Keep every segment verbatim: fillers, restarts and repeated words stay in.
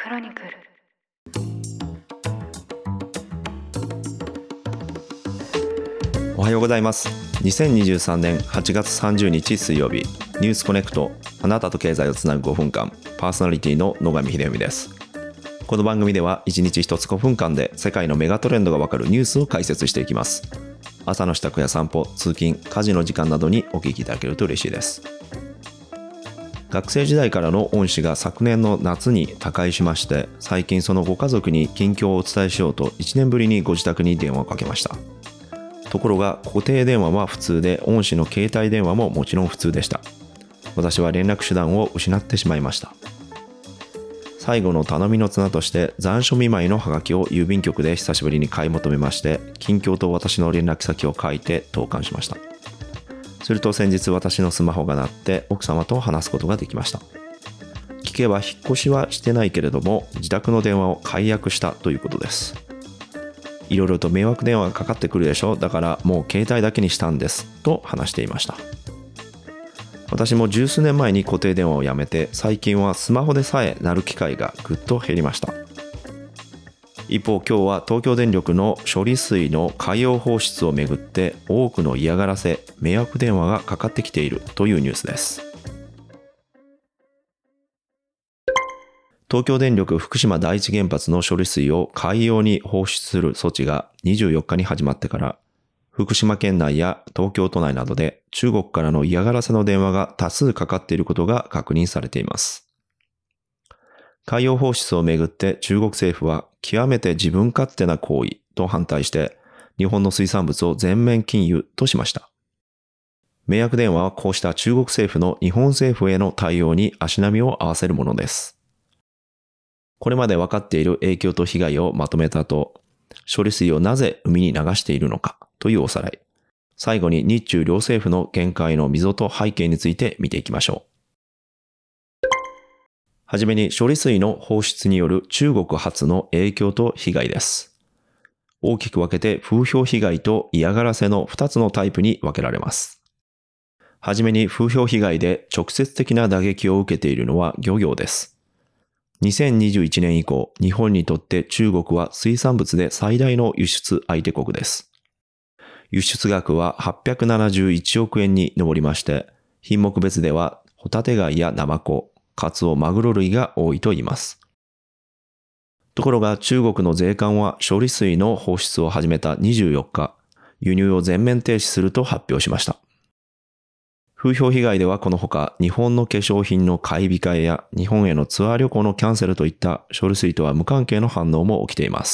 クロニクル。 おはようございます。にせんにじゅうさんねんはちがつさんじゅうにち水曜日、ニュースコネクト、あなたと経済をつなぐごふんかん、パーソナリティの野上秀文です。この番組ではいちにちひとつごふんかんで世界のメガトレンドがわかるニュースを解説していきます。朝の支度や散歩、通勤、家事の時間などにお聞きいただけると嬉しいです。学生時代からの恩師が昨年の夏に他界しまして、最近そのご家族に近況をお伝えしようといちねんぶりにご自宅に電話をかけました。ところが固定電話は普通で、恩師の携帯電話ももちろん普通でした。私は連絡手段を失ってしまいました。最後の頼みの綱として残暑見舞いのハガキを郵便局で久しぶりに買い求めまして、近況と私の連絡先を書いて投函しました。すると先日私のスマホが鳴って奥様と話すことができました。聞けば引っ越しはしてないけれども自宅の電話を解約したということです。いろいろと迷惑電話がかかってくるでしょ、だからもう携帯だけにしたんですと話していました。私も十数年前に固定電話をやめて、最近はスマホでさえ鳴る機会がぐっと減りました。一方、今日は東京電力の処理水の海洋放出をめぐって多くの嫌がらせ、迷惑電話がかかってきているというニュースです。東京電力福島第一原発の処理水を海洋に放出する措置がにじゅうよっかに始まってから、福島県内や東京都内などで中国からの嫌がらせの電話が多数かかっていることが確認されています。海洋放出をめぐって中国政府は極めて自分勝手な行為と反対して日本の水産物を全面禁輸としました。迷惑電話はこうした中国政府の日本政府への対応に足並みを合わせるものです。これまで分かっている影響と被害をまとめた後、処理水をなぜ海に流しているのかというおさらい。最後に日中両政府の見解の溝と背景について見ていきましょう。はじめに処理水の放出による中国発の影響と被害です。大きく分けて風評被害と嫌がらせのふたつのタイプに分けられます。はじめに風評被害で直接的な打撃を受けているのは漁業です。にせんにじゅういちねん以降、日本にとって中国は水産物で最大の輸出相手国です。輸出額ははっぴゃくななじゅういちおくえんに上りまして、品目別ではホタテ貝やナマコ、カツオ、マグロ類が多いと言います。ところが中国の税関は処理水の放出を始めたにじゅうよっか、輸入を全面停止すると発表しました。風評被害ではこのほか日本の化粧品の買い控えや日本へのツアー旅行のキャンセルといった処理水とは無関係の反応も起きています。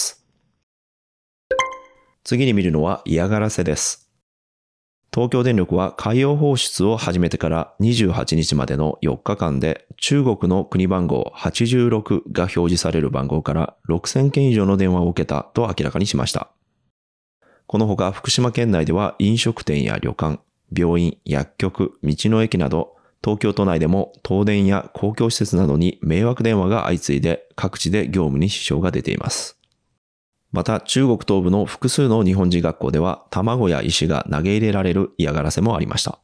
次に見るのは嫌がらせです。東京電力は海洋放出を始めてからにじゅうはちにちまでのよっかかんで中国の国番号はちじゅうろくが表示される番号からろくせんけん以上の電話を受けたと明らかにしました。このほか福島県内では飲食店や旅館、病院、薬局、道の駅など東京都内でも東電や公共施設などに迷惑電話が相次いで各地で業務に支障が出ています。また中国東部の複数の日本人学校では卵や石が投げ入れられる嫌がらせもありました。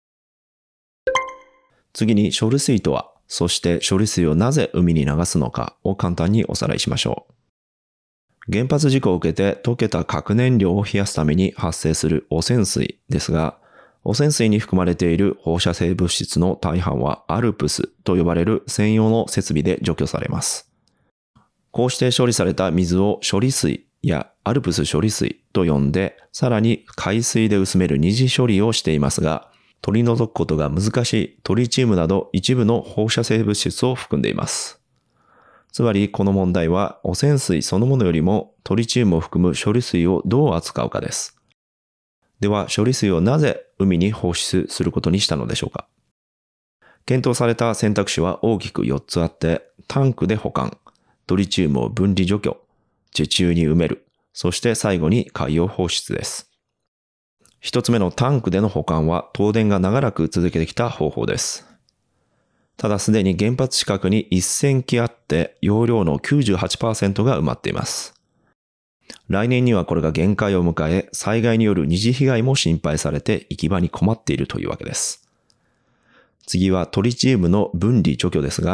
次に処理水とは、そして処理水をなぜ海に流すのかを簡単におさらいしましょう。原発事故を受けて溶けた核燃料を冷やすために発生する汚染水ですが、汚染水に含まれている放射性物質の大半はアルプスと呼ばれる専用の設備で除去されます。こうして処理された水を処理水やアルプス処理水と呼んで、さらに海水で薄める二次処理をしていますが、取り除くことが難しいトリチウムなど一部の放射性物質を含んでいます。つまりこの問題は汚染水そのものよりもトリチウムを含む処理水をどう扱うかです。では処理水をなぜ海に放出することにしたのでしょうか。検討された選択肢は大きくよっつあって、タンクで保管、トリチウムを分離除去、地中に埋める、そして最後に海洋放出です。一つ目のタンクでの保管は東電が長らく続けてきた方法です。ただすでに原発近くにせんきあって容量の きゅうじゅうはちパーセント が埋まっています。来年にはこれが限界を迎え、災害による二次被害も心配されて行き場に困っているというわけです。次はトリチウムの分離除去ですが、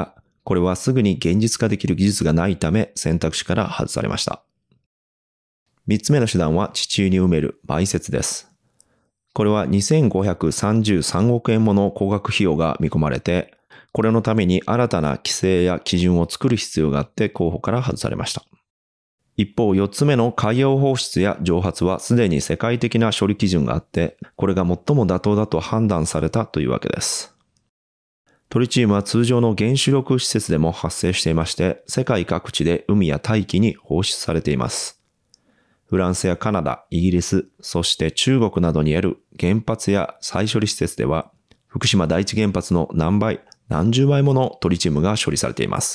これはすぐに現実化できる技術がないため選択肢から外されました。みっつめの手段は地中に埋める埋設です。これはにせんごひゃくさんじゅうさんおくえんもの高額費用が見込まれて、これのために新たな規制や基準を作る必要があって候補から外されました。一方、よっつめの海洋放出や蒸発はすでに世界的な処理基準があって、これが最も妥当だと判断されたというわけです。トリチウムは通常の原子力施設でも発生していまして、世界各地で海や大気に放出されています。フランスやカナダ、イギリス、そして中国などにある原発や再処理施設では、福島第一原発の何倍、何十倍ものトリチウムが処理されています。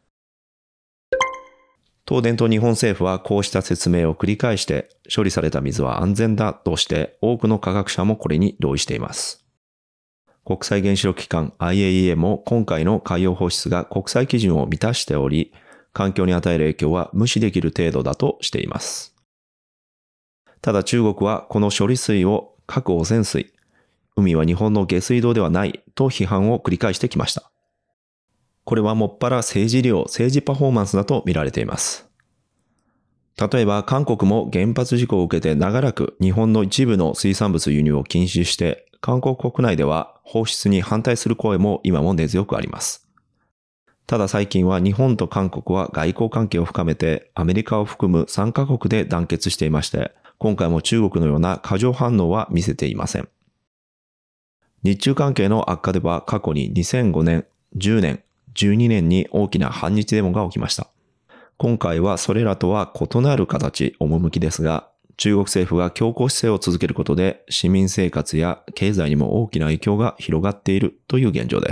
東電と日本政府はこうした説明を繰り返して、処理された水は安全だとして多くの科学者もこれに同意しています。国際原子力機関 アイエーイーエー も今回の海洋放出が国際基準を満たしており、環境に与える影響は無視できる程度だとしています。ただ中国はこの処理水を核汚染水、海は日本の下水道ではないと批判を繰り返してきました。これはもっぱら政治利用、政治パフォーマンスだと見られています。例えば韓国も原発事故を受けて長らく日本の一部の水産物輸入を禁止して、韓国国内では放出に反対する声も今も根強くあります。ただ最近は日本と韓国は外交関係を深めてアメリカを含むさんカ国で団結していまして、今回も中国のような過剰反応は見せていません。日中関係の悪化では過去ににせんごねん、じゅうねん、じゅうにねんに大きな反日デモが起きました。今回はそれらとは異なる形、趣ですが、中国政府が強硬姿勢を続けることで市民生活や経済にも大きな影響が広がっているという現状です。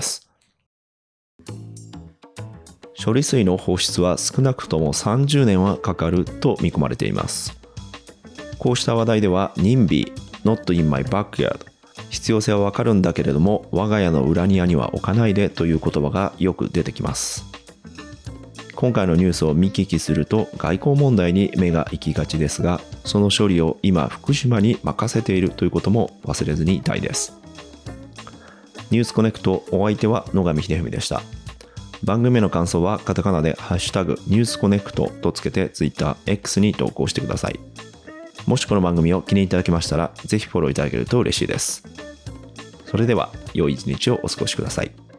処理水の放出は少なくともさんじゅうねんはかかると見込まれています。こうした話題では ニンビー not in my backyard 必要性はわかるんだけれども我が家の裏庭には置かないでという言葉がよく出てきます。今回のニュースを見聞きすると外交問題に目が行きがちですが、その処理を今福島に任せているということも忘れずにいたいです。ニュースコネクト、お相手は野上秀文でした。番組への感想はカタカナでハッシュタグニュースコネクトとつけて Twitter、X に投稿してください。もしこの番組を気に入っていただけましたらぜひフォローいただけると嬉しいです。それでは良い一日をお過ごしください。